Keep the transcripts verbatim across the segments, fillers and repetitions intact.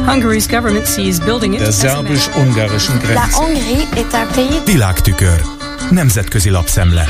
Der szerbus-ungarischen Grenze. Világtükör. Nemzetközi lapszemle.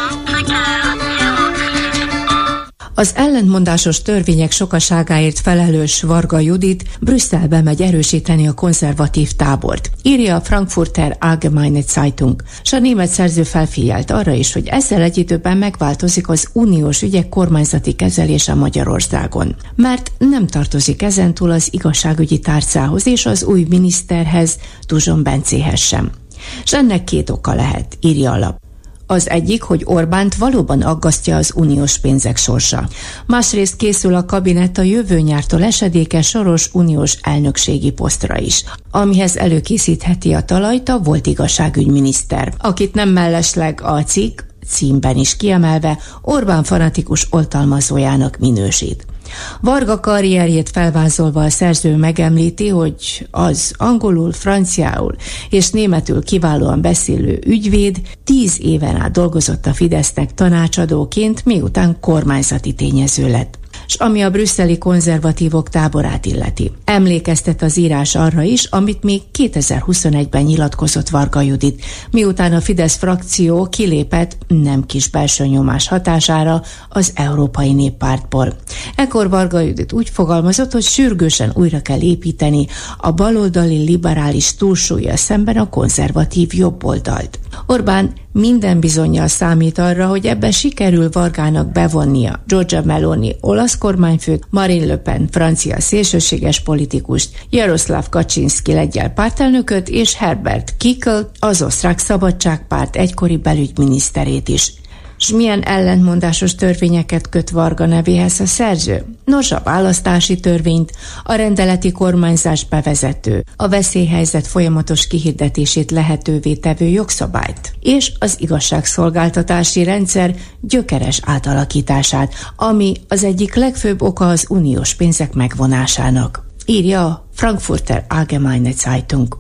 Az ellentmondásos törvények sokaságáért felelős Varga Judit Brüsszelbe megy erősíteni a konzervatív tábort, írja a Frankfurter Allgemeine Zeitung, s a német szerző felfigyelt arra is, hogy ezzel egy időben megváltozik az uniós ügyek kormányzati kezelése Magyarországon, mert nem tartozik ezentúl az igazságügyi tárcához és az új miniszterhez, Tuzson Bencéhez sem. S ennek két oka lehet, írja a lap. Az egyik, hogy Orbánt valóban aggasztja az uniós pénzek sorsa. Másrészt készül a kabinet a jövő nyártól esedékes soros uniós elnökségi posztra is, amihez előkészítheti a talajt a volt igazságügyminiszter, akit nem mellesleg a cikk címben is kiemelve Orbán fanatikus oltalmazójának minősít. Varga karrierjét felvázolva a szerző megemlíti, hogy az angolul, franciául és németül kiválóan beszélő ügyvéd tíz éven át dolgozott a Fidesznek tanácsadóként, miután kormányzati tényező lett. S ami a brüsszeli konzervatívok táborát illeti. Emlékeztet az írás arra is, amit még kétezer-huszonegyben nyilatkozott Varga Judit, miután a Fidesz frakció kilépett nem kis belső nyomás hatására az Európai Néppártból. Ekkor Varga Judit úgy fogalmazott, hogy sürgősen újra kell építeni a baloldali liberális túlsúllyal szemben a konzervatív jobboldalt. Orbán minden bizonnyal számít arra, hogy ebben sikerül Vargának bevonnia Giorgia Meloni olasz kormányfőt, Marine Le Pen francia szélsőséges politikust, Jaroszláv Kaczynszki lengyel pártelnököt és Herbert Kickl, az osztrák szabadságpárt egykori belügyminiszterét is. S milyen ellentmondásos törvényeket köt Varga nevéhez a szerző? Nos, a választási törvényt, a rendeleti kormányzás bevezető, a veszélyhelyzet folyamatos kihirdetését lehetővé tevő jogszabályt, és az igazságszolgáltatási rendszer gyökeres átalakítását, ami az egyik legfőbb oka az uniós pénzek megvonásának, írja a Frankfurter Allgemeine Zeitung.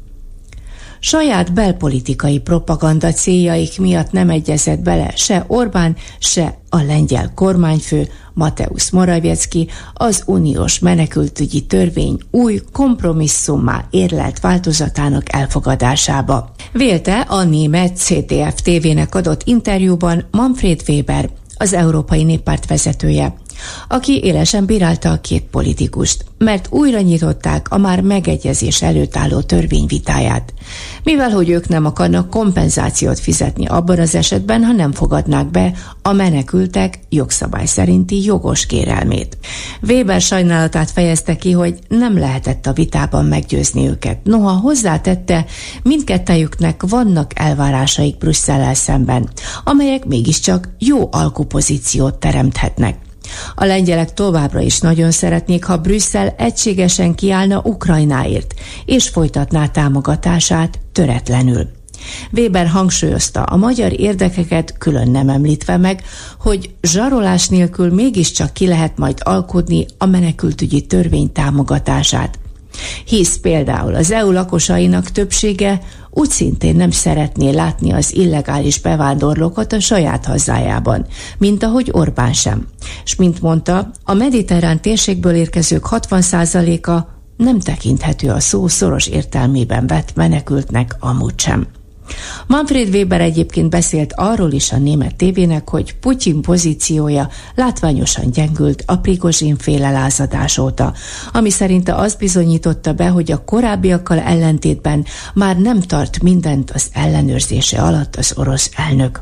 Saját belpolitikai propaganda céljaik miatt nem egyezett bele se Orbán, se a lengyel kormányfő Mateusz Morawiecki az uniós menekültügyi törvény új kompromisszummá érlelt változatának elfogadásába. Vélte a német cé té ef té vének adott interjúban Manfred Weber, az Európai Néppárt vezetője, aki élesen bírálta a két politikust, mert újra nyitották a már megegyezés előtt álló törvényvitáját, mivel hogy ők nem akarnak kompenzációt fizetni abban az esetben, ha nem fogadnák be a menekültek jogszabály szerinti jogos kérelmét. Weber sajnálatát fejezte ki, hogy nem lehetett a vitában meggyőzni őket. Noha hozzátette, mindkettejüknek vannak elvárásaik Brüsszellel szemben, amelyek mégiscsak jó alkupozíciót teremthetnek. A lengyelek továbbra is nagyon szeretnék, ha Brüsszel egységesen kiállna Ukrajnáért, és folytatná támogatását töretlenül. Weber hangsúlyozta a magyar érdekeket külön nem említve meg, hogy zsarolás nélkül mégiscsak ki lehet majd alkudni a menekültügyi törvény támogatását. Hisz például az é u lakosainak többsége úgy szintén nem szeretné látni az illegális bevándorlókat a saját hazájában, mint ahogy Orbán sem. S mint mondta, a mediterrán térségből érkezők hatvan százaléka nem tekinthető a szó szoros értelmében vett menekültnek amúgy sem. Manfred Weber egyébként beszélt arról is a német tévének, hogy Putyin pozíciója látványosan gyengült a Prigozsin-féle lázadás óta, ami szerinte azt bizonyította be, hogy a korábbiakkal ellentétben már nem tart mindent az ellenőrzése alatt az orosz elnök.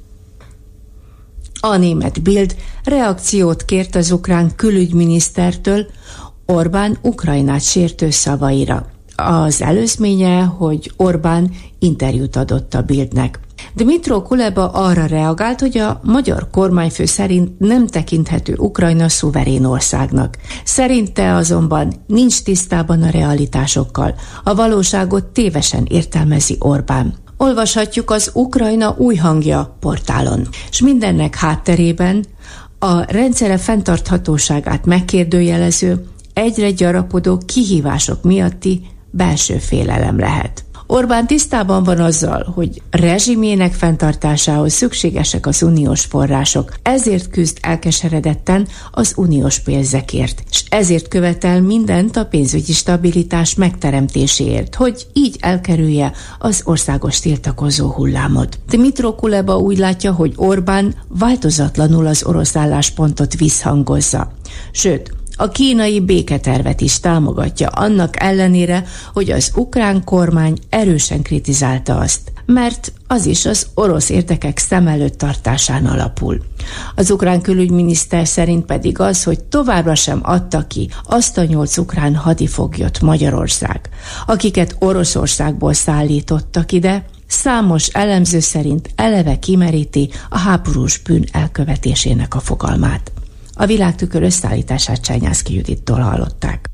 A német Bild reakciót kért az ukrán külügyminisztertől Orbán Ukrajnát sértő szavaira. Az előzménye, hogy Orbán interjút adott a Bildnek. Dmytro Kuleba arra reagált, hogy a magyar kormányfő szerint nem tekinthető Ukrajna szuverén országnak. Szerinte azonban nincs tisztában a realitásokkal. A valóságot tévesen értelmezi Orbán. Olvashatjuk az Ukrajna új hangja portálon. És mindennek hátterében a rendszere fenntarthatóságát megkérdőjelező, egyre gyarapodó kihívások miatti belső félelem lehet. Orbán tisztában van azzal, hogy rezsimjének fenntartásához szükségesek az uniós források, ezért küzd elkeseredetten az uniós pénzekért, és ezért követel mindent a pénzügyi stabilitás megteremtéséért, hogy így elkerülje az országos tiltakozó hullámot. Dmytro Kuleba úgy látja, hogy Orbán változatlanul az orosz álláspontot visszhangozza. Sőt, a kínai béketervet is támogatja annak ellenére, hogy az ukrán kormány erősen kritizálta azt, mert az is az orosz érdekek szem előtt tartásán alapul. Az ukrán külügyminiszter szerint pedig az, hogy továbbra sem adta ki azt a nyolc ukrán hadifoglyot Magyarország, akiket Oroszországból szállítottak ide, számos elemző szerint eleve kimeríti a háborús bűn elkövetésének a fogalmát. A Világtükör összeállítását Csányászki Judittól hallották.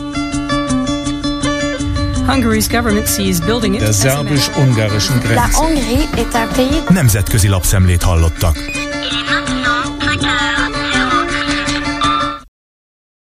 Der szerbus-ungarischen Grenze. Nemzetközi lapszemlét hallottak.